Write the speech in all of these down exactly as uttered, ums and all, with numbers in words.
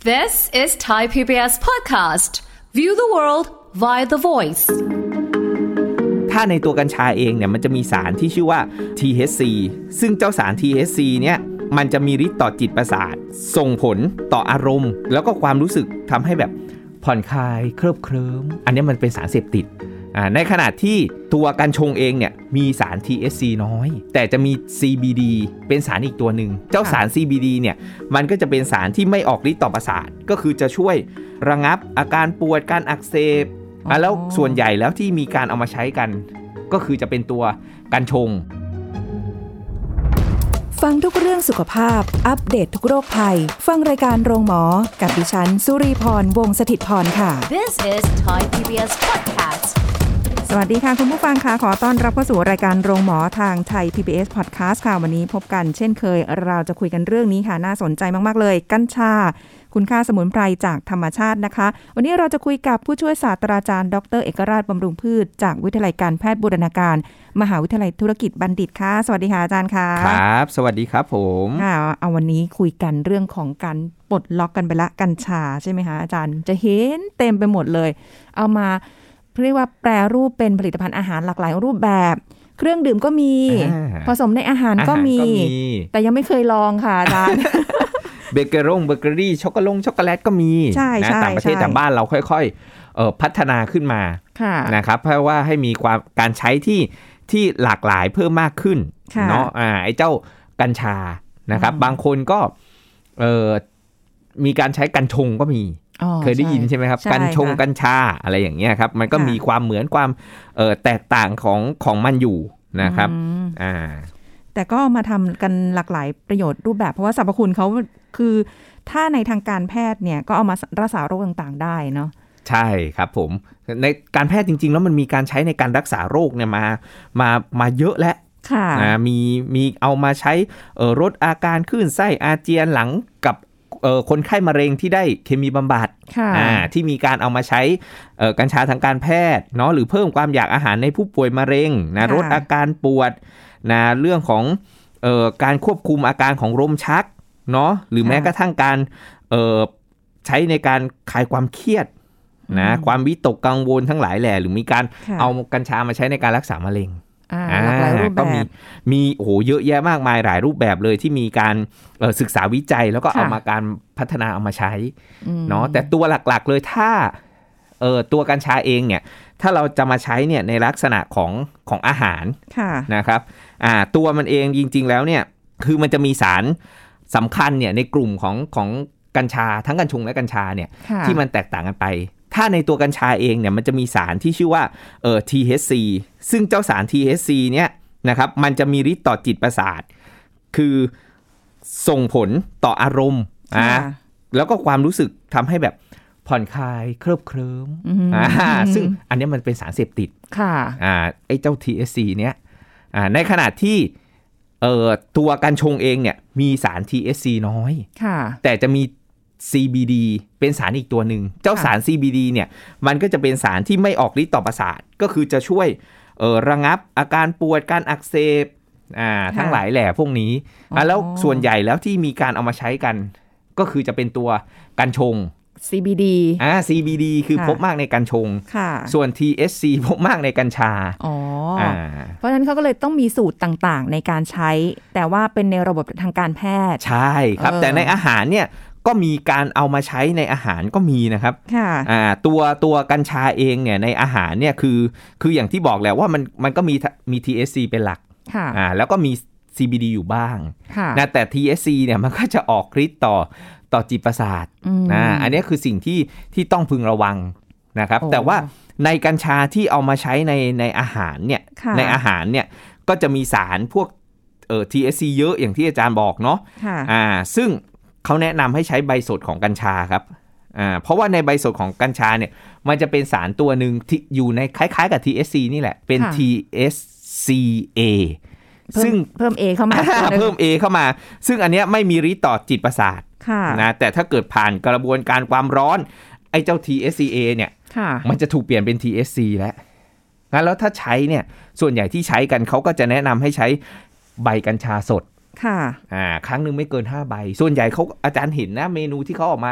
This is Thai พี บี เอส podcast. View the world via the voice. ถ้าในตัวกัญชาเองเนี่ยมันจะมีสารที่ชื่อว่า ที เอช ซี ซึ่งเจ้าสาร ที เอช ซี เนี่ยมันจะมีฤทธิ์ต่อจิตประสาทส่งผลต่ออารมณ์แล้วก็ความรู้สึกทำให้แบบผ่อนคลายเคลิบเคลิ้มอันนี้มันเป็นสารเสพติดในขณะที่ตัวกัญชงเองเนี่ยมีสาร ที เอช ซี น้อยแต่จะมี ซี บี ดี เป็นสารอีกตัวหนึ่งเจ้าสาร ซี บี ดี เนี่ยมันก็จะเป็นสารที่ไม่ออกฤทธิ์ต่อประสาทก็คือจะช่วยระงับอาการปวดการอักเสบแล้วส่วนใหญ่แล้วที่มีการเอามาใช้กันก็คือจะเป็นตัวกัญชงฟังทุกเรื่องสุขภาพอัปเดต ท, ทุกโรคภัยฟังรายการโรงหมอกับดิฉันสุรีพรวงศ์สถิตพรค่ะ This is Thai พี บี เอส podcast. สวัสดีค่ะคุณผู้ฟังค่ะขอต้อนรับเข้าสู่รายการโรงหมอทางไทย พี บี เอส podcast ค่ะวันนี้พบกันเช่นเคยเราจะคุยกันเรื่องนี้ค่ะน่าสนใจมากๆเลยกัญชาคุณค่าสมุนไพรจากธรรมชาตินะคะวันนี้เราจะคุยกับผู้ช่วยศาสตราจารย์ดรเอกราชบำรุงพืชจากวิทยาลัยการแพทย์บูรณาการมหาวิทยาลัยธุรกิจบัณฑิตค่ะสวัสดีค่ะอาจารย์ค่ะครับสวัสดีครับผมค่ะเอาวันนี้คุยกันเรื่องของการปลดล็อกกันไปละกัญชาใช่ไหมคะอาจารย์จะเห็นเต็มไปหมดเลยเอามาเรียกว่าแปรรูปเป็นผลิตภัณฑ์อาหารหลากหลายรูปแบบเครื่องดื่มก็มีผสมในอาหารก็มีแต่ยังไม่เคยลองค่ะอาจารย์เบเกอรี่เบเกอรี่ช็อกโกแลตช็อกโกแลตก็มีนะต่างประเทศแต่บ้านเราค่อยๆเอ่อพัฒนาขึ้นมานะครับเพราะว่าให้มีความการใช้ที่ที่หลากหลายเพิ่มมากขึ้นเนาะอ่าไอ้เจ้ากัญชานะครับบางคนก็เอ่อมีการใช้กัญชงก็มีเคยได้ยินใช่ไหมครับกัญชงกัญชาอะไรอย่างเงี้ยครับมันก็มีความเหมือนความเอ่อแตกต่างของของมันอยู่นะครับอ่าแต่ก็มาทำกันหลากหลายประโยชน์รูปแบบเพราะว่าสรรพคุณเขาคือถ้าในทางการแพทย์เนี่ยก็เอามารักษาโรคต่างๆได้เนาะใช่ครับผมในการแพทย์จริงๆแล้วมันมีการใช้ในการรักษาโรคเนี่ยมามามาเยอะแล้วนะมีมีเอามาใช้เอ่อลดอาการคลื่นไส้อาเจียนหลังกับเอ่อคนไข้มะเร็งที่ได้เคมีบำบัดอ่าที่มีการเอามาใช้เอ่อกัญชาทางการแพทย์เนาะหรือเพิ่มความอยากอาหารในผู้ป่วยมะเร็งนะลดอาการปวดนะเรื่องของเอ่อการควบคุมอาการของลมชักเนาะหรือแม้กระทั่งการเอ่อใช้ในการคลายความเครียดนะความวิตกกังวลทั้งหลายแหล่หรือมีการเอากัญชามาใช้ในการรักษามะเร็งก็มีมีโอ้โหเยอะแยะมากมายหลายรูปแบบเลยที่มีการศึกษาวิจัยแล้วก็เอามาการพัฒนาเอามาใช้เนาะแต่ตัวหลักๆเลยถ้าเอ่อตัวกัญชาเองเนี่ยถ้าเราจะมาใช้เนี่ยในลักษณะของของอาหารนะครับอ่าตัวมันเองจริงๆแล้วเนี่ยคือมันจะมีสารสำคัญเนี่ยในกลุ่มของของกัญชาทั้งกัญชงและกัญชาเนี่ยที่มันแตกต่างกันไปถ้าในตัวกัญชาเองเนี่ยมันจะมีสารที่ชื่อว่าเอ่อ ที เอช ซี ซึ่งเจ้าสาร ที เอช ซี เนี่ยนะครับมันจะมีฤทธิ์ต่อจิตประสาทคือส่งผลต่ออารมณ์อ่าแล้วก็ความรู้สึกทำให้แบบผ่อนคลายเคลิบเคลิ้มอ่าซึ่งอันนี้มันเป็นสารเสพติดค่ะอ่าไอ้เจ้า ที เอช ซี เนี่ยอ่าในขณะที่เอ่อตัวกัญชงเองเนี่ยมีสาร ที เอช ซี น้อยค่ะแต่จะมี ซี บี ดี เป็นสารอีกตัวหนึ่งเจ้าสาร ซี บี ดี เนี่ยมันก็จะเป็นสารที่ไม่ออกฤทธิ์ต่อประสาทก็คือจะช่วยเอ่อระงับอาการปวดการอักเสบอ่าทั้งหลายแหล่พวกนี้อ่าแล้วส่วนใหญ่แล้วที่มีการเอามาใช้กันก็คือจะเป็นตัวกัญชงซี บี ดีอ่า ซี บี ดี คือพบมากในกัญชงส่วน ที เอช ซี พบมากในกัญชาอ๋ออ่าเพราะฉะนั้นเขาก็เลยต้องมีสูตรต่างๆในการใช้แต่ว่าเป็นในระบบทางการแพทย์ใช่ครับแต่ในอาหารเนี่ยก็มีการเอามาใช้ในอาหารก็มีนะครับอ่าตัวตัวกัญชาเองเนี่ยในอาหารเนี่ยคือคืออย่างที่บอกแหละว่ามันมันก็มีมี ที เอช ซี เป็นหลักอ่าแล้วก็มี ซี บี ดี อยู่บ้างนะแต่ ที เอช ซี เนี่ยมันก็จะออกฤทธิ์ต่อต่อจิตประสาทนะอันนี้คือสิ่งที่ที่ต้องพึงระวังนะครับแต่ว่าในกัญชาที่เอามาใช้ในในอาหารเนี่ยในอาหารเนี่ยก็จะมีสารพวกเอ่อ ที เอช ซี เยอะอย่างที่อาจารย์บอกเนาะอ่าซึ่งเขาแนะนำให้ใช้ใบสดของกัญชาครับอ่าเพราะว่าในใบสดของกัญชาเนี่ยมันจะเป็นสารตัวหนึ่งที่อยู่ในคล้ายๆกับ ที เอช ซี นี่แหละเป็น ที เอช ซี เอ ซึ่งเพิ่ม A เข้ามาเพิ่ม A เข้ามาซึ่งอันเนี้ยไม่มีฤทธิ์ต่อจิตประสาทนะแต่ถ้าเกิดผ่านกระบวนการความร้อนไอ้เจ้า ที เอช ซี เอ เนี่ยมันจะถูกเปลี่ยนเป็น ที เอช ซี แล้วงั้นแล้วถ้าใช้เนี่ยส่วนใหญ่ที่ใช้กันเขาก็จะแนะนำให้ใช้ใบกัญชาสดค่ะอ่าครั้งนึงไม่เกินห้าใบส่วนใหญ่เขาอาจารย์เห็นนะเมนูที่เขาออกมา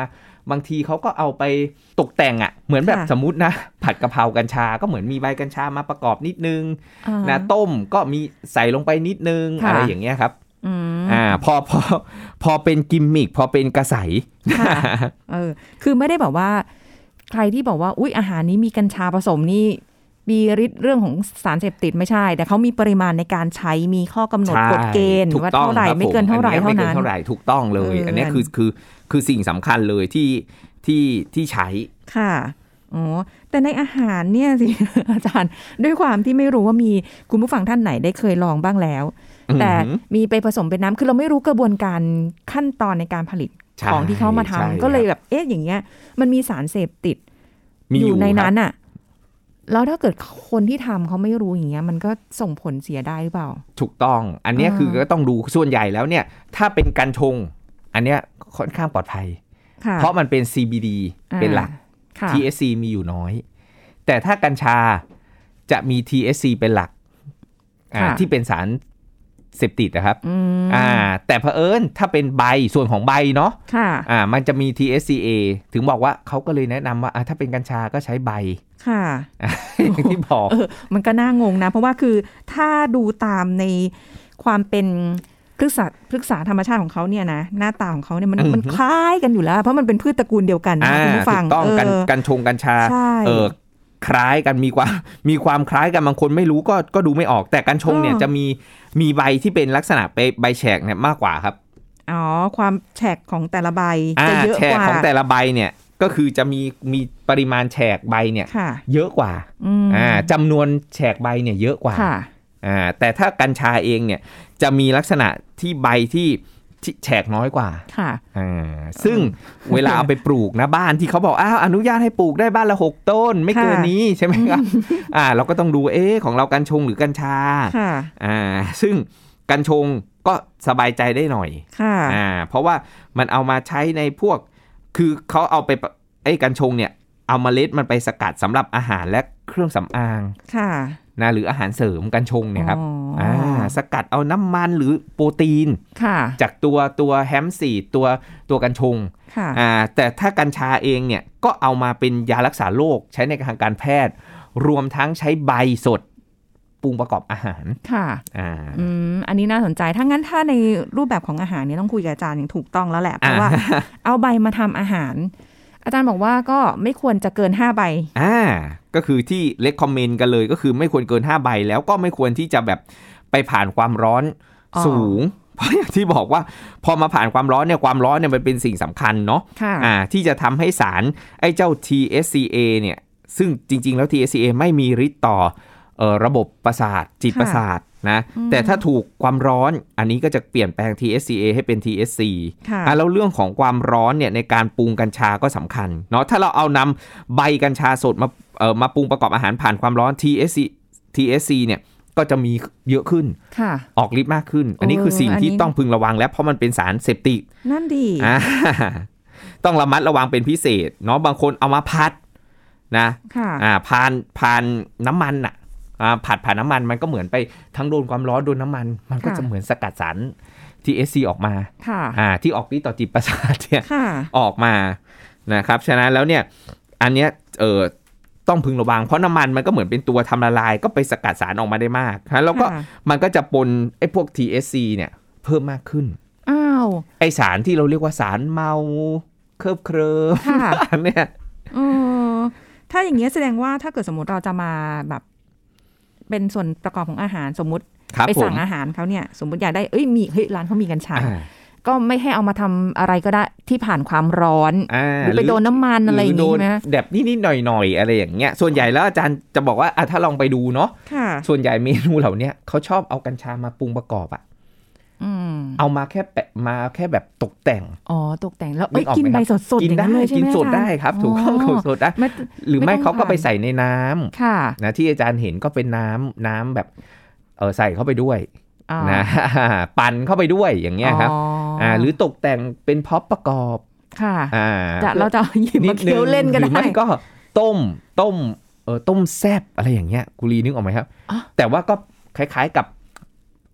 บางทีเขาก็เอาไปตกแต่งอ่ะเหมือนแบบสมมุตินะผัดกะเพรากัญชาก็เหมือนมีใบกัญชามาประกอบนิดนึงนะต้มก็มีใส่ลงไปนิดนึงอะไรอย่างเงี้ยครับอ่าพอพอพอเป็นกิมมิคพอเป็นกระใสเออคือไม่ได้แบบว่าใครที่บอกว่าอุ๊ยอาหารนี้มีกัญชาผสมนี่มีฤทธิ์เรื่องของสารเสพติดไม่ใช่แต่เขามีปริมาณในการใช้มีข้อกำหนดกฎเกณฑ์ว่าเท่าไหร่ไม่เกินเท่าไหร่เท่านั้นเท่าไหร่ถูกต้องเลยอันนี้คือคือคือสิ่งสำคัญเลยที่ที่ที่ใช้ค่ะอ๋อแต่ในอาหารเนี่ยสิอาจารย์ด้วยความที่ไม่รู้ว่ามีคุณผู้ฟังท่านไหนได้เคยลองบ้างแล้วแต่มีไปผสมเป็นน้ำคือเราไม่รู้กระบวนการขั้นตอนในการผลิตของที่เขามาทำก็เลยแบบเอ๊ะอย่างเงี้ยมันมีสารเสพติดอยู่ในนั้นอ่ะแล้วถ้าเกิดคนที่ทำเขาไม่รู้อย่างเงี้ยมันก็ส่งผลเสียได้หรือเปล่าถูกต้องอันนี้คือก็ต้องดูส่วนใหญ่แล้วเนี่ยถ้าเป็นกัญชงอันเนี้ยค่อนข้างปลอดภัยเพราะมันเป็น ซี บี ดี เป็นหลัก ที เอส ซี มีอยู่น้อยแต่ถ้ากัญชาจะมี ที เอส ซี เป็นหลักที่เป็นสารเสพติดนะครับอ่าแต่เผอิญถ้าเป็นใบส่วนของใบเนาะอ่ามันจะมี ที เอส ซี เอ ถึงบอกว่าเขาก็เลยแนะนำว่าถ้าเป็นกัญชาก็ใช้ใบค่ะอย่างที่บอกมันก็น่างงนะเพราะว่าคือถ้าดูตามในความเป็นพฤกษาพฤกษาธรรมชาติของเขาเนี่ยนะหน้าตาของเขาเนี่ยมันมันคล้ายกันอยู่แล้วเพราะมันเป็นพืชตระกูลเดียวกันนะคุณผู้ฟังถูกต้องกันกัญชงกัญชาเออคล้ายกันมีความมีความคล้ายกันบางคนไม่รู้ก็ก็ดูไม่ออกแต่กัญชงเนี่ยจะมีมีใบที่เป็นลักษณะไปใบแฉกเนี่ยมากกว่าครับอ๋อความแฉกของแต่ละใบจะเยอะกว่าแฉกของแต่ละใบเนี่ยก็คือจะมีมีปริมาณแฉกใบเนี่ยเยอะกว่าอ่าจำนวนแฉกใบเนี่ยเยอะกว่าอ่าแต่ถ้ากัญชาเองเนี่ยจะมีลักษณะที่ใบที่แฉกน้อยกว่าค่ะอ่าซึ่งเวลาเอาไปปลูกนะบ้านที่เขาบอกอ้าวอนุญาตให้ปลูกได้บ้านละหกต้นไม่เกินนี้ใช่ไหมครับอ่าเราก็ต้องดูเอ๊ะของเรากัญชงหรือกัญชาอ่าซึ่งกัญชงก็สบายใจได้หน่อยอ่าเพราะว่ามันเอามาใช้ในพวกคือเขาเอาไปไอ้กัญชงเนี่ยเอาเมล็ดมันไปสกัดสำหรับอาหารและเครื่องสำอางค่ะนะหรืออาหารเสริมกัญชงเนี่ยครับอ่าสกัดเอาน้ำมันหรือโปรตีนจากตัวตัวแฮมซีดตัวตัวกัญชงอ่าแต่ถ้ากัญชาเองเนี่ยก็เอามาเป็นยารักษาโรคใช้ในทางการแพทย์รวมทั้งใช้ใบสดปรุงประกอบอาหารค่ะอ่าอืมอันนี้น่าสนใจถ้างั้นถ้าในรูปแบบของอาหารเนี่ยต้องคุยกับอาจารย์อย่างถูกต้องแล้วแหละเพราะว่าเอาใบมาทำอาหารอาจารย์บอกว่าก็ไม่ควรจะเกินห้าใบอ่าก็คือที่เล็กคอมเมนต์กันเลยก็คือไม่ควรเกินห้าใบแล้วก็ไม่ควรที่จะแบบไปผ่านความร้อนสูงเพราะอย่างที่บอกว่าพอมาผ่านความร้อนเนี่ยความร้อนเนี่ยมันเป็นสิ่งสำคัญเนาะอ่าที่จะทำให้สารไอ้เจ้า ที เอส ซี เอ เนี่ยซึ่งจริงๆแล้ว ที เอส ซี เอ ไม่มีฤทธิ์ต่อเอ่อระบบประสาทจิตประสาทนะแต่ถ้าถูกความร้อนอันนี้ก็จะเปลี่ยนแปลง ที เอส ซี เอ ให้เป็น ที เอส ซี อ่ะแล้วเรื่องของความร้อนเนี่ยในการปรุงกัญชาก็สำคัญเนาะถ้าเราเอานำใบกัญชาสดมาเอ่อมาปรุงประกอบอาหารผ่านความร้อน ที เอส ซี ที เอส ซี เนี่ยก็จะมีเยอะขึ้นออกฤทธิ์มากขึ้นอันนี้คือสิ่งที่ต้องพึงระวังแล้วเพราะมันเป็นสารเสพติดนั่นดีต้องระมัดระวังเป็นพิเศษเนาะบางคนเอามาพัดนะอ่าผ่านผ่านน้ำมันอ่ะผัดผ่านน้ำมันมันก็เหมือนไปทั้งโดนความร้อนโดนน้ำมันมันก็จะเหมือนสกัดสาร ที เอส ซี ออกมาที่ออกฤทธิ์ต่อจิตประสาทเนี่ยออกมานะครับฉะนั้นแล้วเนี่ยอันเนี้ยเออต้องพึงระวังเพราะน้ำมันมันก็เหมือนเป็นตัวทำละลายก็ไปสกัดสารออกมาได้มากแล้วก็มันก็จะปนไอ้พวก ที เอส ซี เนี่ยเพิ่มมากขึ้นอ้าวไอสารที่เราเรียกว่าสารเมาเคิบเคลิ้มเนี่ยถ้าอย่างเงี้ยแสดงว่าถ้าเกิดสมมติเราจะมาแบบเป็นส่วนประกอบของอาหารสมมุติไปสั่งอาหารเขาเนี่ยสมมติอยากได้เอ้ยมีเฮ้ยร้านเขามีกัญชาก็ไม่ให้เอามาทำอะไรก็ได้ที่ผ่านความร้อนหรือไปโดนน้ำมันอะไรอย่างนี้ใช่ไหมแบบนิดๆหน่อยๆอะไรอย่างเงี้ยส่วนใหญ่แล้วอาจารย์จะบอกว่าถ้าลองไปดูเนาะส่วนใหญ่เมนูเหล่านี้เขาชอบเอากัญชามาปรุงประกอบอ่ะเอามาแค่แปะมาแค่แบบตกแต่งอ๋อตกแต่งแล้วกินใบสดๆกินได้กินสดได้ครับถูกต้องสดได้หรือไม่เขาก็ไปใส่ในน้ำนะที่อาจารย์เห็นก็เป็นน้ำน้ำแบบเออใส่เข้าไปด้วยนะปั่นเข้าไปด้วยอย่างเงี้ยครับอ่าหรือตกแต่งเป็นพ็อปประกอบค่ะอ่าจะเราจะหยิบมาเคี้ยวเล่นกันได้หรือไม่ก็ต้มต้มเออต้มแซ่บอะไรอย่างเงี้ยกุลีนึกออกไหมครับแต่ว่าก็คล้ายๆกับ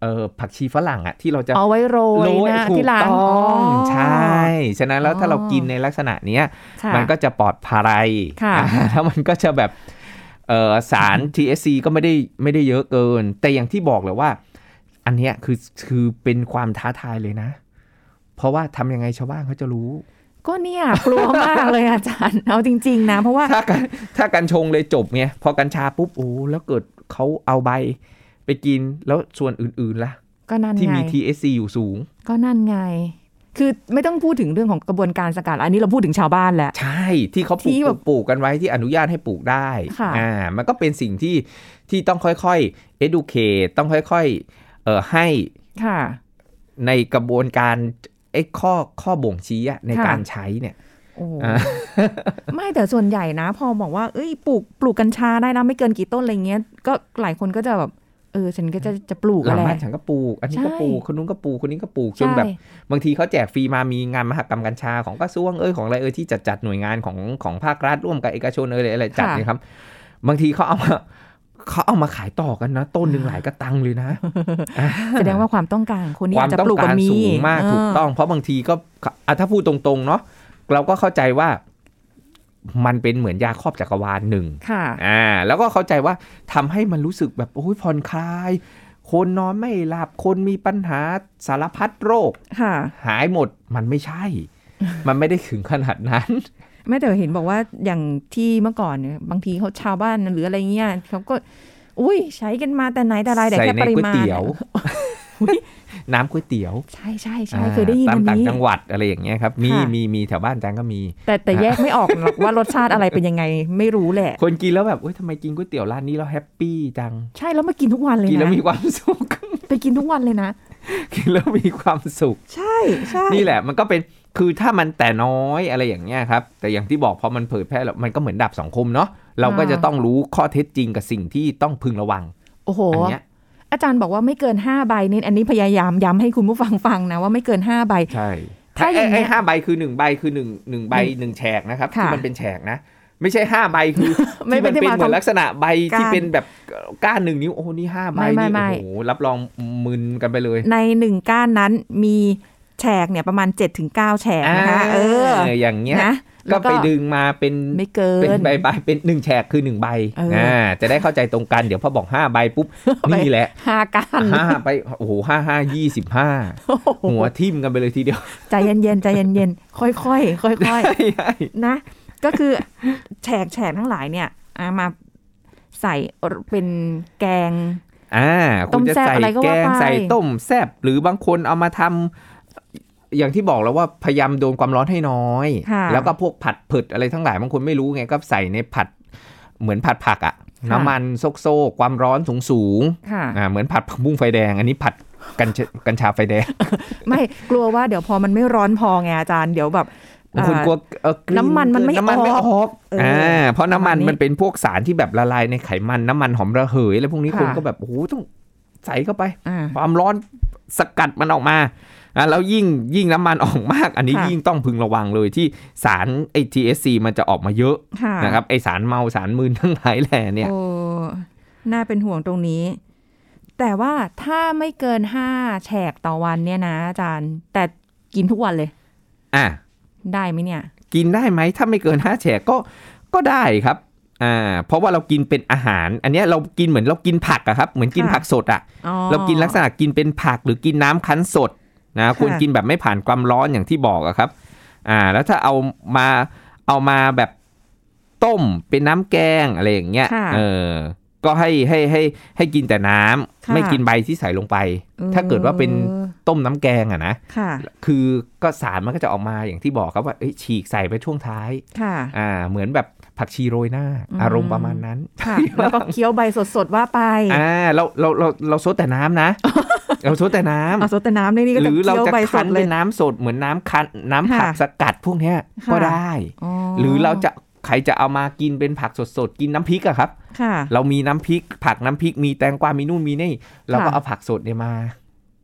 เออผักชีฝรั่งอ่ะที่เราจะเอาไว้โรยนะที่ร้านอ๋อใช่ฉะนั้นแล้วถ้าเรากินในลักษณะเนี้ยมันก็จะปลอดภัยแล้วมันก็จะแบบเออสาร ที เอช ซี ก็ไม่ได้ไม่ได้เยอะเกินแต่อย่างที่บอกเลยว่าอันเนี้ยคือคือเป็นความท้าทายเลยนะเพราะว่าทำยังไงชาวบ้านเขาจะรู้ก็เนี่ยกลัวมากเลยอาจารย์เอาจริงๆนะเพราะว่าถ้าถ้ากัญชงเลยจบไงพอกัญชาปุ๊บโอ้แล้วเกิดเขาเอาใบไปกินแล้วส่วนอื่นๆล่ะก็นั่นไงที่มี ที เอช ซี อยู่สูงก็นั่นไงคือไม่ต้องพูดถึงเรื่องของกระบวนการสกัดอันนี้เราพูดถึงชาวบ้านแหละใช่ที่เขาปลูกปลูกกันไว้ที่อนุญาตให้ปลูกได้อ่ามันก็เป็นสิ่งที่ที่ต้องค่อยๆ educate ต้องค่อยๆเอ่อให้ในกระบวนการไอ้ข้อข้อบ่งชี้ในการใช้เนี่ยโอ้ไม่แต่ส่วนใหญ่นะพอบอกว่าเอ้ยปลูกปลูกกัญชาได้นะไม่เกินกี่ต้นอะไรเงี้ยก็หลายคนก็จะแบบเออฉันก็จะจะปลูกอะไรหลังบ้านฉันก็ปลูกอันนี้ก็ปลูกคนนู้นก็ปลูกคนนี้ก็ปลูกจนแบบบางทีเขาแจกฟรีมามีงานมหกรรมกัญชาของกระทรวงเอ้ยของอะไรเอ้ยที่จัดจัดหน่วยงานของของภาครัฐร่วมกับเอกชนเอ้ยอะไรจัดเนี่ยครับบางทีเขาเอามาเขาเอามาขายต่อกันนะต้นหนึ่งหลายกระตังเลยนะแสดงว่าความต้องการคนนี้จะปลูกกันมีสูงมากถูกต้องเพราะบางทีก็ถ้าพูดตรงๆเนาะเราก็เข้าใจว่ามันเป็นเหมือนยาครอบจักรวาลหนึ่งอ่าแล้วก็เข้าใจว่าทำให้มันรู้สึกแบบโอ้ยผ่อนคลายคนนอนไม่หลับคนมีปัญหาสารพัดโรคหายหมดมันไม่ใช่ มันไม่ได้ถึงขนาดนั้นแม่แต่เห็นบอกว่าอย่างที่เมื่อก่อนเนี่ยบางทีเขาชาวบ้านหรืออะไรเงี้ยเขาก็อุ้ยใช้กันมาแต่ไหนแต่ไรแต่แค่ปริมาณใส่ในก๋วยเตี๋ยวน้ำก๋วยเตี๋ยวใช่ใช่ใช่เคยได้ยินอันนี้ตามต่างจังหวัดอะไรอย่างเงี้ยครับมีมีมีแถวบ้านจังก็มีแต่แต่แยกไม่ออกหรอกว่ารสชาติอะไรเป็นยังไงไม่รู้แหละคนกินแล้วแบบเอ้ยทำไมกินก๋วยเตี๋ยวร้านนี้เราแฮปปี้จังใช่แล้วมากินทุกวันเลยนะกินแล้วมีความสุขไปกินทุกวันเลยนะกินแล้วมีความสุขใช่ใช่นี่แหละมันก็เป็นคือถ้ามันแต่น้อยอะไรอย่างเงี้ยครับแต่อย่างที่บอกพอมันเผยแพร่แล้วมันก็เหมือนดาบสองคมเนาะเราก็จะต้องรู้ข้อเท็จจริงกับสิ่งที่ต้องพึงระวังโอ้โหอันเนี้ยอาจารย์บอกว่าไม่เกินห้าใบนี่อันนี้พยายามย้ำให้คุณผู้ฟังฟังนะว่าไม่เกินห้าใบใช่ถ้าอย่างไอ้ห้าใบคือหนึ่งใบคือหนึ่ง หนึ่งใบหนึ่งแฉกนะครับที่มันเป็นแฉกนะไม่ใช่ห้าใบคือที่มันเป็นเหมือนลักษณะใบที่เป็นแบบก้านหนึ่งนิ้วโอ้นี่ห้าใบนี่โอ้โหรับรองมึนกันไปเลยในหนึ่งก้านนั้นมีแฉกเนี่ยประมาณ เจ็ดถึงเก้า แฉกนะคะเอออย่างเงี้ยก็ไปดึงมาเป็นไม่เกินเป็นใบๆเป็นหนึ่งแฉกคือหนึ่งใบอ่าจะได้เข้าใจตรงกันเดี๋ยวพอบอกห้าใบปุ๊บนี่แหละห้าก้านห้าไปโอ้โหห้า ห้า ยี่สิบห้าหัวทิ่มกันไปเลยทีเดียวใจเย็นๆใจเย็นๆค่อยๆค่อยๆนะก็คือแฉกแฉกทั้งหลายเนี่ยมาใส่เป็นแกงอ่าคุณจะใส่แกงใส่ต้มแซ่บหรือบางคนเอามาทำอย่างที่บอกแล้วว่าพยายามโดนความร้อนให้น้อยแล้วก็พวกผัดเผ็ดอะไรทั้งหลายบางคนไม่รู้ไงก็ใส่ในผัดเหมือนผัดผักอ่ะน้ำมันโซกๆความร้อนสูงๆอ่าเหมือนผัดผักบุ้งไฟแดงอันนี้ผัดกัญชากัญชาไฟแดงไม่กลัวว่าเดี๋ยวพอมันไม่ร้อนพอไงอาจารย์เดี๋ยวแบบบางคนกลัวน้ำมันมันไม่ออกอ่าเพราะน้ำมันมันเป็นพวกสารที่แบบละลายในไขมันน้ำมันหอมระเหยอะไรพวกนี้คนก็แบบโอ้โหต้องใส่เข้าไปความร้อนสกัดมันออกมาแล้วยิ่งยิ่งน้ำมันออกมากอันนี้ยิ่งต้องพึงระวังเลยที่สารไอ ที เอช ซี มันจะออกมาเยอะนะครับไอสารเมาสารมึนทั้งหลายแหล่เนี่ยโอ้น่าเป็นห่วงตรงนี้แต่ว่าถ้าไม่เกินห้าแฉกต่อวันเนี่ยนะอาจารย์แต่กินทุกวันเลยอ่ะได้ไหมเนี่ยกินได้ไหมถ้าไม่เกินห้าแฉกก็ก็ได้ครับอ่าเพราะว่าเรากินเป็นอาหารอันนี้เรากินเหมือนเรากินผักอะครับเหมือนกินผักสดอะเรากินลักษณะกินเป็นผักหรือกินน้ำคั้นสดนะควรกินแบบไม่ผ่านความร้อนอย่างที่บอกอะครับอ่าแล้วถ้าเอามาเอามาแบบต้มเป็นน้ำแกงอะไรอย่างเงี้ยเออก็ให้ให้ให้ให้กินแต่น้ำไม่กินใบที่ใส่ลงไปถ้าเกิดว่าเป็นต้มน้ำแกงอะนะคือก็สารมันก็จะออกมาอย่างที่บอกครับว่าฉีกใส่ไปช่วงท้ายอ่าเหมือนแบบผักชีโรยหน้าอารมณ์ประมาณนั้นแล้วก็เคี้ยวใบสดๆว่าไปอ่าเราเราเราเราซดแต่น้ำนะเราซดแต่น้ำเอาซดแต่น้ำนี่ก็จะเคี้ยวใบสดเลยเป็นน้ำสดเหมือนน้ำคั้นน้ำผักสกัดพวกนี้ก็ได้หรือเราจะใครจะเอามากินเป็นผักสดๆกินน้ำพริกอะครับเรามีน้ำพริกผักน้ำพริกมีแตงกวามีนู่นมีนี่เราก็เอาผักสดเนี่ยมา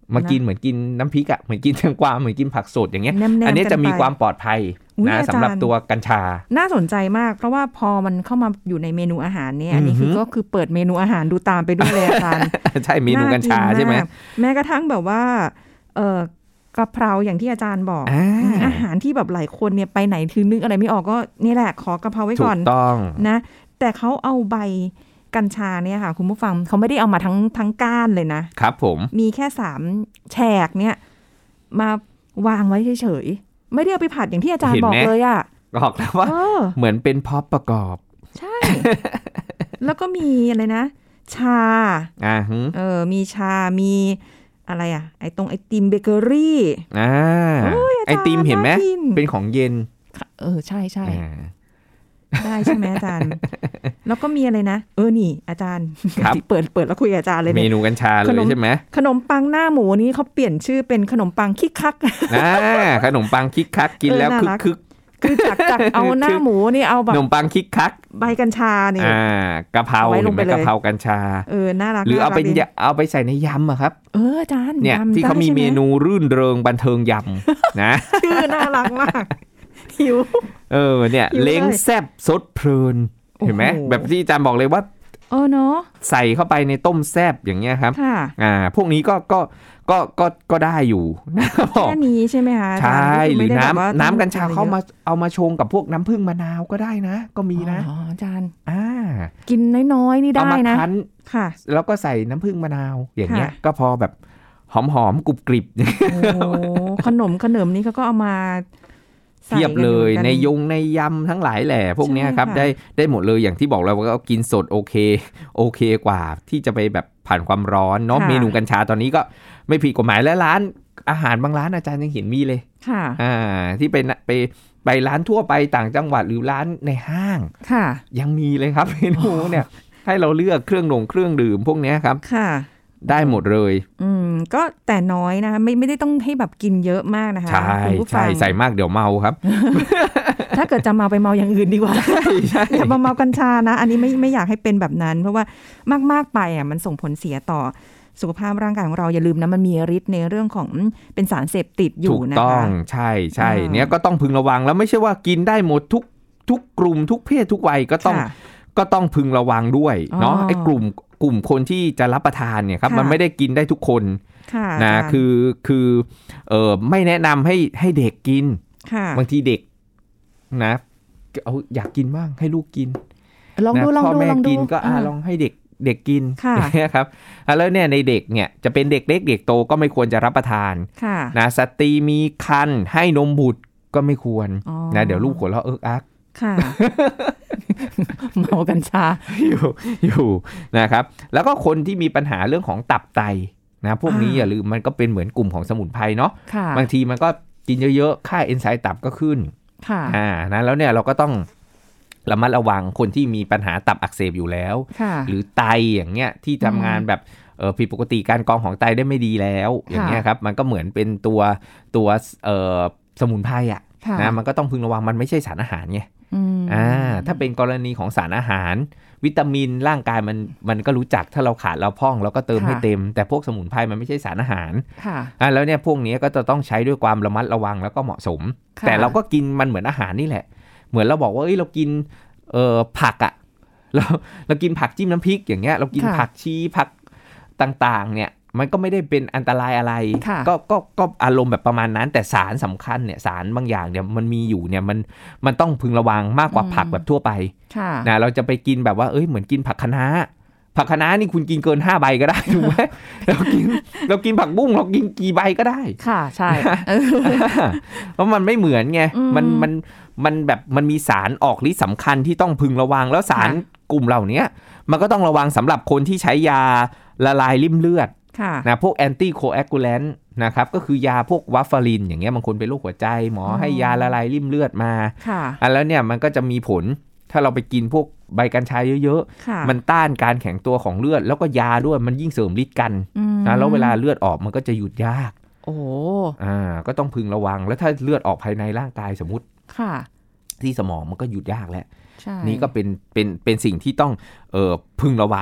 มากินเหมือนกินน้ำพริกอ่ะเหมือนกินแตงกวาเหมือนกินผักสดอย่างเงี้ยอันนี้จะมีความปลอดภัยนะสำหรับตัวกัญชาน่าสนใจมากเพราะว่าพอมันเข้ามาอยู่ในเมนูอาหารเนี่ยอันนี้คือก็คือเปิดเมนูอาหารดูตามไปด้วยเลยอาจารย์ใช่เมนูกัญชาใช่ไหมแม้กระทั่งแบบว่าเออกะเพราอย่างที่อาจารย์บอก อ, อาหารที่แบบหลายคนเนี่ยไปไหนคือนึกอะไรไม่ออกก็นี่แหละขอกะเพราไว้ก่อนถูกต้องนะแต่เขาเอาใบกัญชาเนี่ยค่ะคุณผู้ฟังเขาไม่ได้เอามาทั้งทั้งก้านเลยนะครับผมมีแค่สามแฉกเนี่ยมาวางไว้เฉยๆไม่ได้เอาไปผัดอย่างที่อาจารย์บอกเลยอ่ะบอกแล้วว่าเหมือนเป็นพร็อพประกอบใช่ แล้วก็มีอะไรนะชาอ่าเออมีชามีอะไรอ่ะไอตรงไอติมเบเกอรี่อ่าไอติมเห็นไหมเป็นของเย็นเออใช่ใช่ได้ใช่ไหมอาจารย์แล้วก็มีอะไรนะเออนี่อาจารย์เปิดเปิดแล้วคุยกับอาจารย์เลยเมนูกัญชาเลยใช่ไหมขนมปังหน้าหมูนี้เขาเปลี่ยนชื่อเป็นขนมปังคิกคักอ่าขนมปังคิกคักกินแล้วคึกคึกคือจากจากเอาหน้าหมูนี่เอาแบบขนมปังคิกคักใบกัญชานี่อ่ากะเพราหรือไม่กะเพรากัญชาเออน่ารักหรือเอาไปเอาไปใส่ในยำอะครับเอออาจารย์เนี่ยที่เขามีเมนูรื่นเริงบันเทิงยำนะชื่อน่ารักมากหิวเออเนี่ยเล้งแซ่บสดเพลินเห็นไหมแบบที่อาจารย์บอกเลยว่าเออเนาะใส่เข้าไปในต้มแซ่บอย่างเงี้ยครับอ่าพวกนี้ก็ก็ก็ก็ก็ได้อยู่นะครับแค่นี้ใช่ไหมคะใช่หรือน้ำน้ำกัญชาเขามาเอามาชงกับพวกน้ำผึ้งมะนาวก็ได้นะก็มีนะอ๋ออาจารย์อ่ากินน้อยๆนี่ได้นะเอามาคั้นค่ะแล้วก็ใส่น้ำผึ้งมะนาวอย่างเงี้ยก็พอแบบหอมๆกรุบกริบโอ้ขนมขนมนี้เขาก็เอามาเทียบเลยในยงในยำทั้งหลายแหล่พวกนี้ครับได้ได้หมดเลยอย่างที่บอกเราว่ากินสดโอเคโอเคกว่าที่จะไปแบบผ่านความร้อนเนาะเมนูกัญชาตอนนี้ก็ไม่ผิดกฎหมายและร้านอาหารบางร้านอาจารย์ยังเห็นมีเลยค่ะอ่าที่ไปไปไปร้านทั่วไปต่างจังหวัดหรือร้านในห้างค่ะยังมีเลยครับเมนูเนี่ยให้เราเลือกเครื่องดื่มเครื่องดื่มพวกนี้ครับค่ะได้หมดเลยอืมก็แต่น้อยนะคะไม่ไม่ได้ต้องให้แบบกินเยอะมากนะคะใช่ใช่ใส่มากเดี๋ยวเมาครับถ้าเกิดจะเมาไปเมาอย่างอื่นดีกว่าอย่ามาเมากัญชานะอันนี้ไม่ไม่อยากให้เป็นแบบนั้นเพราะว่ามากๆไปอ่ะมันส่งผลเสียต่อสุขภาพร่างกายของเราอย่าลืมนะมันมีฤทธิ์ในเรื่องของเป็นสารเสพติดอยู่นะคะถูกต้องใช่ใช่เนี้ยก็ต้องพึงระวังแล้วไม่ใช่ว่ากินได้หมดทุกทุกกลุ่มทุกเพศทุกวัยก็ต้องก็ต้องพึงระวังด้วยเนาะไอ้กลุ่มกลุ่มคนที่จะรับประทานเนี่ยครับมันไม่ได้กินได้ทุกคนนะคือคือเออไม่แนะนำให้ให้เด็กกินบางทีเด็กนะเอาอยากกินบ้างให้ลูกกินลองดูลองดูลองดูก็อ่าลองให้เด็กเด็กกินนะครับแล้วเนี่ยในเด็กเนี่ยจะเป็นเด็กเล็กเด็กโตก็ไม่ควรจะรับประทานนะสตรีมีครรภ์ให้นมบุตรก็ไม่ควรนะเดี๋ยวลูกหัวเราะเอิ๊กอักค่ะเมากัญชาอยู่อยู่นะครับแล้วก็คนที่มีปัญหาเรื่องของตับไตนะพวกนี้อย่าลืมมันก็เป็นเหมือนกลุ่มของสมุนไพรเนาะบางทีมันก็กินเยอะๆค่าเอนไซม์ตับก็ขึ้นอ่านะแล้วเนี่ยเราก็ต้องระมัดระวังคนที่มีปัญหาตับอักเสบอยู่แล้วหรือไตอย่างเงี้ยที่ทำงานแบบเออผิดปกติการกรองของไตได้ไม่ดีแล้วอย่างเงี้ยครับมันก็เหมือนเป็นตัวตัวเออสมุนไพรอ่ะนะมันก็ต้องพึงระวังมันไม่ใช่สารอาหารไงอ่าถ้าเป็นกรณีของสารอาหารวิตามินร่างกายมันมันก็รู้จักถ้าเราขาดเราพร่องเราก็เติมให้เต็มแต่พวกสมุนไพรมันไม่ใช่สารอาหารอ่าแล้วเนี่ยพวกนี้ก็จะต้องใช้ด้วยความระมัดระวังแล้วก็เหมาะสมแต่เราก็กินมันเหมือนอาหารนี่แหละเหมือนเราบอกว่าเอ้ยเรากินเอ่อผักอ่ะเราเรากินผักจิ้มน้ำพริกอย่างเงี้ยเรากินผักชีผักต่างๆเนี่ยมันก็ไม่ได้เป็นอันตรายอะไรก็ก็ก็อารมณ์แบบประมาณนั้นแต่สารสำคัญเนี่ยสารบางอย่างเนี่ยมันมีอยู่เนี่ยมันมันต้องพึงระวังมากกว่าผักแบบทั่วไปนะเราจะไปกินแบบว่าเอ้ยเหมือนกินผักคะน้าผักคะน้านี่คุณกินเกินห้าใบก็ได้ถูกไหมเรากินเรากินผักบุ้งเรากินกี่ใบก็ได้ค่ะใช่เพราะมันไม่เหมือนไงมันมันมันแบบมันมีสารออกฤทธิ์สำคัญที่ต้องพึงระวังแล้วสารกลุ่มเหล่านี้มันก็ต้องระวังสำหรับคนที่ใช้ยาละลายริ่มเลือดนะพวกแอนตี้โคแอกูแลนต์นะครับก็คือยาพวกวาฟารินอย่างเงี้ยบางคนเป็นโรคหัวใจหมอให้ยาละลายริ่มเลือดมาอ่ะแล้วเนี่ยมันก็จะมีผลถ้าเราไปกินพวกใบกัญชาเยอะๆมันต้านการแข็งตัวของเลือดแล้วก็ยาด้วยมันยิ่งเสริมฤทธิ์กันนะแล้วเวลาเลือดออกมันก็จะหยุดยากโอ้อ่าก็ต้องพึงระวังแล้วถ้าเลือดออกภายในร่างกายสมมุติที่สมองมันก็หยุดยากแล้วนี่ก็เป็นเป็นเป็นสิ่งที่ต้องเอ่อพึงระวัง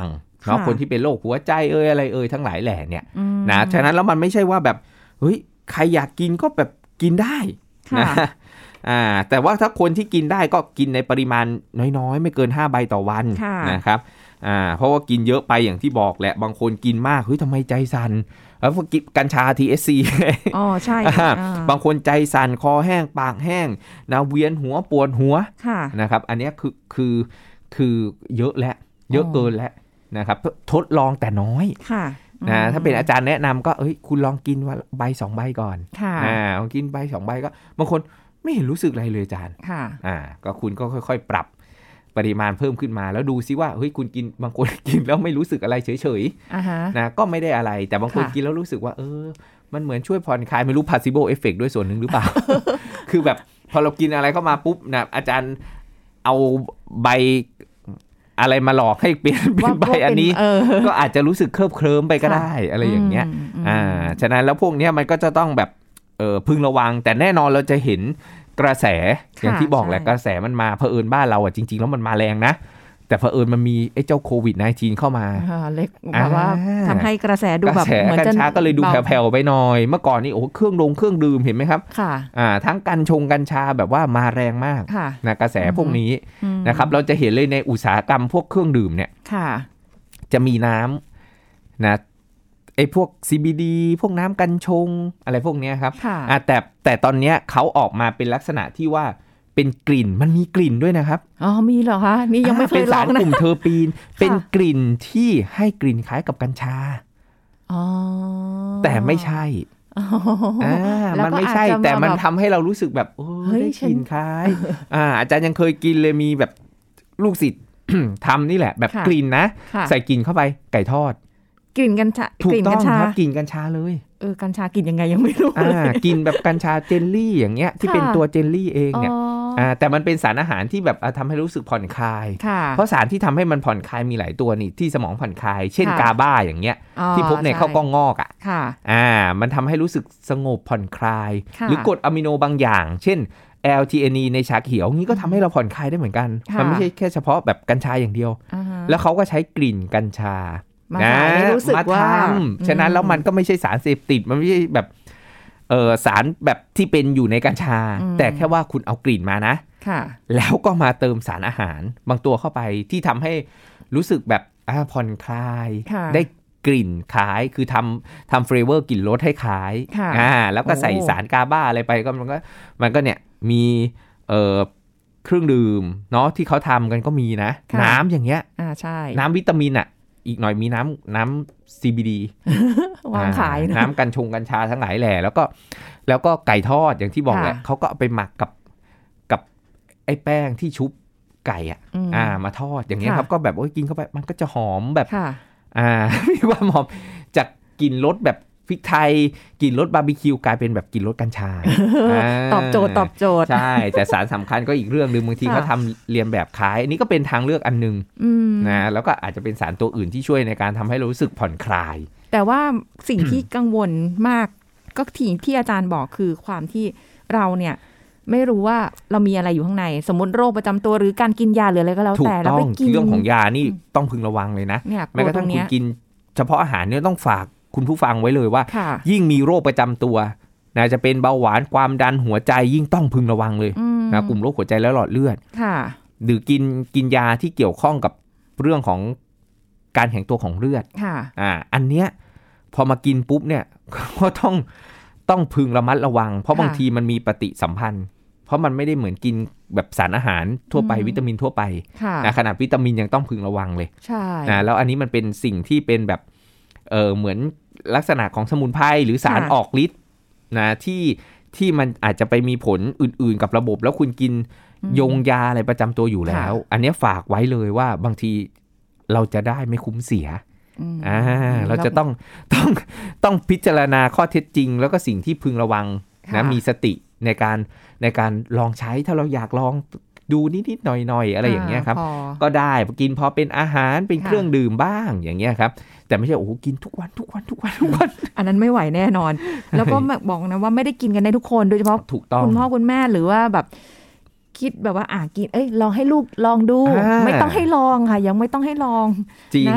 เนาะคนที่เป็นโรคหัวใจเอ่ยอะไรเอ่ยทั้งหลายแหล่เนี่ยนะฉะนั้นแล้วมันไม่ใช่ว่าแบบเฮ้ยใครอยากกินก็แบบกินได้นะอ่าแต่ว่าถ้าคนที่กินได้ก็กินในปริมาณน้อยๆไม่เกินห้าใบต่อวันนะครับอ่าเพราะว่ากินเยอะไปอย่างที่บอกแหละบางคนกินมากเฮ้ยทำไมใจสั่นแล้วพวกกินกัญชา ที เอช ซีอ๋อใช่บางคนใจสั่นคอแห้งปากแห้งนะเวียนหัวปวดหัวนะครับอันนี้คือคือคือเยอะแล้วเยอะเกินแล้วนะครับทดลองแต่น้อยนะถ้าเป็นอาจารย์แนะนำก็เอ้ยคุณลองกินวันใบสองใบก่อนอ่าลองกินใบสองใบก็บางคนไม่เห็นรู้สึกอะไรเลยอาจารย์อ่าก็คุณก็ค่อยๆปรับปริมาณเพิ่มขึ้นมาแล้วดูซิว่าเฮ้ยคุณกินบางคนกินแล้วไม่รู้สึกอะไรเฉยๆนะก็ไม่ได้อะไรแต่บางคนกินแล้วรู้สึกว่าเออมันเหมือนช่วยผ่อนคลายไม่รู้ placebo effect ด้วยส่วนหนึ่งหรือเปล่า คือแบบพอเรากินอะไรเข้ามาปุ๊บนะอาจารย์เอาใบอะไรมาหลอกให้เปลี่ยนเป็นใบอันนี้ก็อาจจะรู้สึกเคลิบเคลิ้มไปก็ได้อะไรอย่างเงี้ยอ่าฉะนั้นแล้วพวกนี้มันก็จะต้องแบบเออพึงระวังแต่แน่นอนเราจะเห็นกระแสอย่างที่บอกแหละกระแสมันมาเผอิญบ้านเราอ่ะจริงๆแล้วมันมาแรงนะแต่เผอิญมันมีไอ้เจ้าโควิด สิบเก้า เข้ามาเล็กแบบว่าทำให้กระแสดูแบบเหมือนกัญชาก็เลยดูแผ่วๆไปหน่อยเมื่อก่อนนี่โอ้เครื่องดงเครื่องดื่มเห็นไหมครับค่ะอ่าทั้งกัญชงกัญชาแบบว่ามาแรงมากนะกระแสพวกนี้นะครับเราจะเห็นเลยในอุตสาหกรรมพวกเครื่องดื่มเนี่ยจะมีน้ำนะไอ้พวก ซี บี ดี พวกน้ำกัญชงอะไรพวกนี้ครับอ่าแต่แต่ตอนเนี้ยเขาออกมาเป็นลักษณะที่ว่าเป็นกลิ่นมันมีกลิ่นด้วยนะครับอ๋อมีเหรอคะนี่ยังไม่เคยลองนะเป็นสารกลุ่มเทอร์ปีนเป็นกลิ่นที่ให้กลิ่นคล้ายกับกัญชาอ๋อแต่ไม่ใช่อ่ามันไม่ใช่แต่มันทำให้เรารู้สึกแบบโอ้ยได้กลิ่นคล้ายอ่าอาจารย์ยังเคยกินเลยมีแบบลูกศิษย์ ทำนี่แหละแบบกลิ่นนะใส่กลิ่นเข้าไปไก่ทอดกลิ่นกัญชาถูกต้องครับกลิ่นกัญชาเลยเออกัญชากินยังไงยังไม่รู้อ่ากลิ่นแบบกัญชาเจลลี่อย่างเงี้ยที่เป็นตัวเจลลี่เองเนี่ยอ่าแต่มันเป็นสารอาหารที่แบบทำให้รู้สึกผ่อนคลายเพราะสารที่ทำให้มันผ่อนคลายมีหลายตัวนี่ที่สมองผ่อนคลายเช่นกาบาอย่างเงี้ยที่พบในข้าวกล้องงอกอ่ะอ่ามันทำให้รู้สึกสงบผ่อนคลายหรือกรดอะมิโนบางอย่างเช่น แอล ที เอ็น อี ในชาเขียวนี้ก็ทำให้เราผ่อนคลายได้เหมือนกันมันไม่ใช่แค่เฉพาะแบบกัญชาอย่างเดียวแล้วเขาก็ใช้กลิ่นกัญชามาทำฉะนั้นแล้วมันก็ไม่ใช่สารเสพติดมันไม่ใช่แบบเออสารแบบที่เป็นอยู่ในกัญชาแต่แค่ว่าคุณเอากลิ่นมานะแล้วก็มาเติมสารอาหารบางตัวเข้าไปที่ทำให้รู้สึกแบบผ่อนคลายได้กลิ่นคล้ายคือทำทำเฟลเวอร์กลิ่นรสให้คล้ายอ่าแล้วก็ใส่สารกาบาอะไรไปก็มันก็มันก็เนี่ยมีเอ่อเครื่องดื่มเนาะที่เขาทำกันก็มีนะน้ำอย่างเงี้ยอ่าใช่น้ำวิตามินอ่ะอีกหน่อยมีน้ำน้ำ ซี บี ดีวางขายน้ำกัญชงกัญชาทั้งหลายแหล่แล้วก็แล้วก็ไก่ทอดอย่างที่บอกแหละเขาก็เอาไปหมักกับกับไอ้แป้งที่ชุบไก่อ่ะอ่ามาทอดอย่างเงี้ยครับก็แบบโอ้ยกินเข้าไปมันก็จะหอมแบบอ่ามีความหอมจากกลิ่นรสแบบพริกไทยกลิ่นรสบาร์บีคิวกลายเป็นแบบกลิ่นรสกัญชาตอบโจทย์ตอบโจทย์ใช่แต่สารสำคัญก็อีกเรื่องนึงบางทีเขาทำเรียนแบบคล้ายอันนี้ก็เป็นทางเลือกอันนึงนะแล้วก็อาจจะเป็นสารตัวอื่นที่ช่วยในการทำให้เรารู้สึกผ่อนคลายแต่ว่าสิ่งที่กังวลมากก็ที่ที่อาจารย์บอกคือความที่เราเนี่ยไม่รู้ว่าเรามีอะไรอยู่ข้างในสมมติโรคประจำตัวหรือการกินยาหรืออะไรก็แล้วแต่แล้วไปกินเรื่องของยานี่ต้องพึงระวังเลยนะแม้กระทั่งคุณกินเฉพาะอาหารเนี่ยต้องฝากคุณผู้ฟังไว้เลยว่ายิ่งมีโรคประจำตัวนะจะเป็นเบาหวานความดันหัวใจยิ่งต้องพึงระวังเลยนะกลุ่มโรคหัวใจและหลอดเลือดหรือกินกินยาที่เกี่ยวข้องกับเรื่องของการแข็งตัวของเลือดอ่าอันเนี้ยพอมากินปุ๊บเนี่ยก็ต้องต้องพึงระมัดระวังเพราะบางทีมันมีปฏิสัมพันธ์เพราะมันไม่ได้เหมือนกินแบบสารอาหารทั่วไปวิตามินทั่วไปนะขนาดวิตามินยังต้องพึงระวังเลยใช่นะแล้วอันนี้มันเป็นสิ่งที่เป็นแบบเออเหมือนลักษณะของสมุนไพรหรือสารออกฤทธิ์นะที่ที่มันอาจจะไปมีผลอื่นๆกับระบบแล้วคุณกินยงยาอะไรประจำตัวอยู่แล้วอันนี้ฝากไว้เลยว่าบางทีเราจะได้ไม่คุ้มเสียอ่าเราจะต้องต้องต้องพิจารณาข้อเท็จจริงแล้วก็สิ่งที่พึงระวังนะมีสติในการในการลองใช้ถ้าเราอยากลองดูนิดๆหน่อยๆอะไรอย่างเงี้ยครับก็ได้กินพอเป็นอาหารเป็นเครื่องดื่มบ้างอย่างเงี้ยครับแต่ไม่ใช่โอ้โหกินทุกวันทุกวันทุกวันทุกวันอันนั้นไม่ไหวแน่นอนแล้วก็บอกนะว่าไม่ได้กินกันได้ทุกคนโดยเฉพาะคุณพ่อคุณแม่หรือว่าแบบคิดแบบว่าอ่ะกินเอ้ยลองให้ลูกลองดูไม่ต้องให้ลองค่ะยังไม่ต้องให้ลองจริง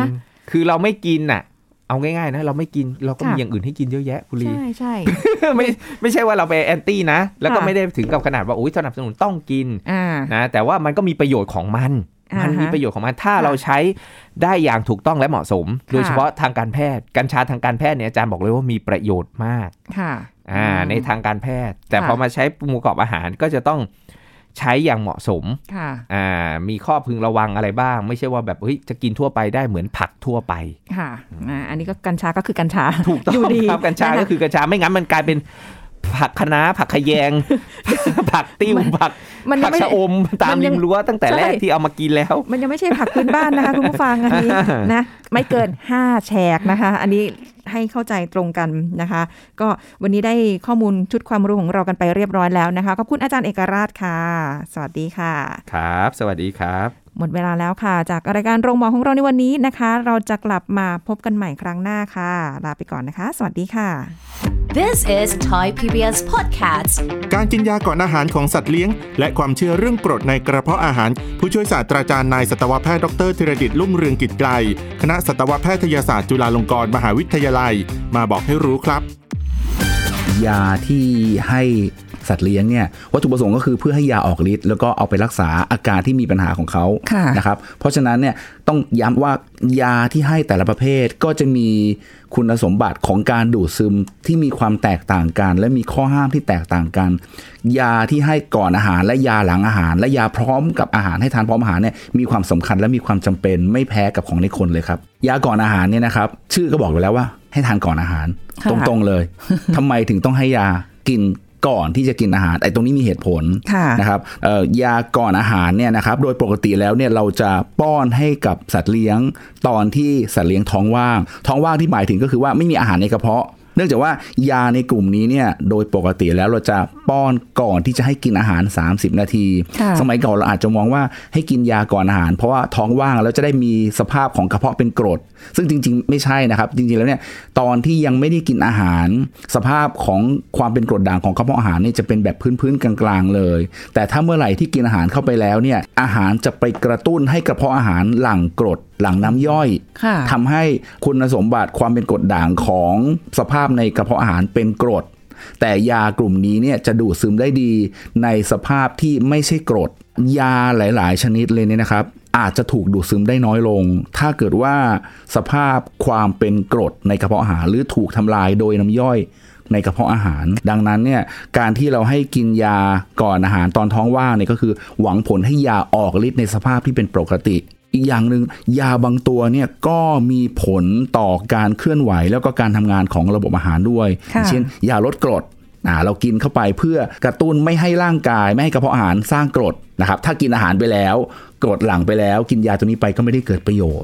คือเราไม่กินน่ะเอาง่ายๆนะเราไม่กินเราก็มีอย่างอื่นให้กินเยอะแยะคุณลีใช่ไม่ไม่ใช่ว่าเราไปแอนตี้นะแล้วก็ไม่ได้ถึงกับขนาดว่าอุ๊ยสนับสนุนต้องกินนะแต่ว่ามันก็มีประโยชน์ของมันมันมีประโยชน์ของมันถ้าเราใช้ได้อย่างถูกต้องและเหมาะสมโดยเฉพาะทางการแพทย์กัญชาทางการแพทย์เนี่ยอาจารย์บอกเลยว่ามีประโยชน์มากอ่าในทางการแพทย์แต่พอมาใช้ปรุงประกอบอาหารก็จะต้องใช้อย่างเหมาะสมอ่ามีข้อพึงระวังอะไรบ้างไม่ใช่ว่าแบบเฮ้ยจะกินทั่วไปได้เหมือนผักทั่วไปค่ะอ่าอันนี้ก็กัญชาก็คือกัญชาถูกต้องครับกัญชาก็คือกัญชาไม่งั้นมันกลายเป็นผักคะน้าผักขยงผักติ้วผักผักชะอมตามริมรั้วตั้งแต่แรกที่เอามากินแล้วมันยังไม่ใช่ผักพื้นบ้านนะคะคุณผู้ฟังอันนี้นะไม่เกินห้าแฉกนะคะอันนี้ให้เข้าใจตรงกันนะคะก็วันนี้ได้ข้อมูลชุดความรู้ของเรากันไปเรียบร้อยแล้วนะคะขอบคุณอาจารย์เอกราชค่ะสวัสดีค่ะครับสวัสดีครับหมดเวลาแล้วค่ะจากรายการโรงหมอของเราในวันนี้นะคะเราจะกลับมาพบกันใหม่ครั้งหน้าค่ะลาไปก่อนนะคะสวัสดีค่ะ This is Thai พี บี เอส Podcast การกินยาก่อนอาหารของสัตว์เลี้ยงและความเชื่อเรื่องกรดในกระเพาะอาหารผู้ช่วยศาสตราจารย์นายสัตวแพทย์ดรธีรดิษฐ์ลุ่มเรืองกิจไกลคณะสัตวแพทยศาสตร์จุฬาลงกรณ์มหาวิทยาลัยมาบอกให้รู้ครับยาที่ให้สัตว์เลี้ยงเนี่ยวัตถุประสงค์ก็คือเพื่อให้ยาออกฤทธิ์แล้วก็เอาไปรักษาอาการที่มีปัญหาของเขานะครับเพราะฉะนั้นเนี่ยต้องย้ำว่ายาที่ให้แต่ละประเภทก็จะมีคุณสมบัติของการดูดซึมที่มีความแตกต่างกันและมีข้อห้ามที่แตกต่างกันยาที่ให้ก่อนอาหารและยาหลังอาหารและยาพร้อมกับอาหารให้ทานพร้อมอาหารเนี่ยมีความสำคัญและมีความจำเป็นไม่แพ้กับของในคนเลยครับยาก่อนอาหารเนี่ยนะครับชื่อก็บอกอยู่แล้วว่าให้ทานก่อนอาหารตรงๆเลยทำไมถึงต้องให้ยากินก่อนที่จะกินอาหารไอ้ตรงนี้มีเหตุผลนะครับยาก่อนอาหารเนี่ยนะครับโดยปกติแล้วเนี่ยเราจะป้อนให้กับสัตว์เลี้ยงตอนที่สัตว์เลี้ยงท้องว่างท้องว่างที่หมายถึงก็คือว่าไม่มีอาหารในกระเพาะเนื่องจากว่ายาในกลุ่มนี้เนี่ยโดยปกติแล้วเราจะป้อนก่อนที่จะให้กินอาหารสามสิบนาทีสมัยก่อนเราอาจจะมองว่าให้กินยาก่อนอาหารเพราะว่าท้องว่างแล้วจะได้มีสภาพของกระเพาะเป็นกรดซึ่งจริงๆไม่ใช่นะครับจริงๆแล้วเนี่ยตอนที่ยังไม่ได้กินอาหารสภาพของความเป็นกรดด่างของกระเพาะอาหารนี่จะเป็นแบบพื้นๆกลางๆเลยแต่ถ้าเมื่อไหร่ที่กินอาหารเข้าไปแล้วเนี่ยอาหารจะไปกระตุ้นให้กระเพาะอาหารหลั่งกรดหลั่งน้ำย่อยทำให้คุณสมบัติความเป็นกรดด่างของสภาพในกระเพาะอาหารเป็นกรดแต่ยากลุ่มนี้เนี่ยจะดูดซึมได้ดีในสภาพที่ไม่ใช่กรดยาหลายๆชนิดเลยเนี่ยนะครับอาจจะถูกดูดซึมได้น้อยลงถ้าเกิดว่าสภาพความเป็นกรดในกระเพาะอาหารหรือถูกทำลายโดยน้ำย่อยในกระเพาะอาหารดังนั้นเนี่ยการที่เราให้กินยาก่อนอาหารตอนท้องว่างเนี่ยก็คือหวังผลให้ยาออกฤทธิ์ในสภาพที่เป็นปกติอีกอย่างหนึ่งยาบางตัวเนี่ยก็มีผลต่อการเคลื่อนไหวแล้วก็การทำงานของระบบอาหารด้วยเช่นยาลดกรดอ่าเรากินเข้าไปเพื่อกระตุ้นไม่ให้ร่างกายไม่ให้กระเพาะอาหารสร้างกรดนะครับถ้ากินอาหารไปแล้วกรดหลั่งไปแล้วกินยาตัวนี้ไปก็ไม่ได้เกิดประโยชน์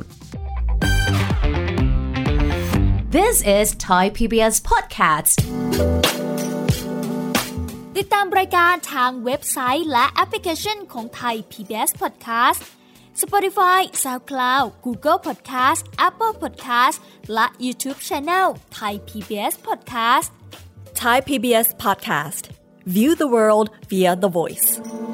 This is Thai พี บี เอส Podcast ติดตามรายการทางเว็บไซต์และแอปพลิเคชันของ Thai พี บี เอส Podcast Spotify, SoundCloud, Google Podcast, Apple Podcast และ YouTube Channel Thai พี บี เอส Podcast Thai พี บี เอส Podcast View the world via the voice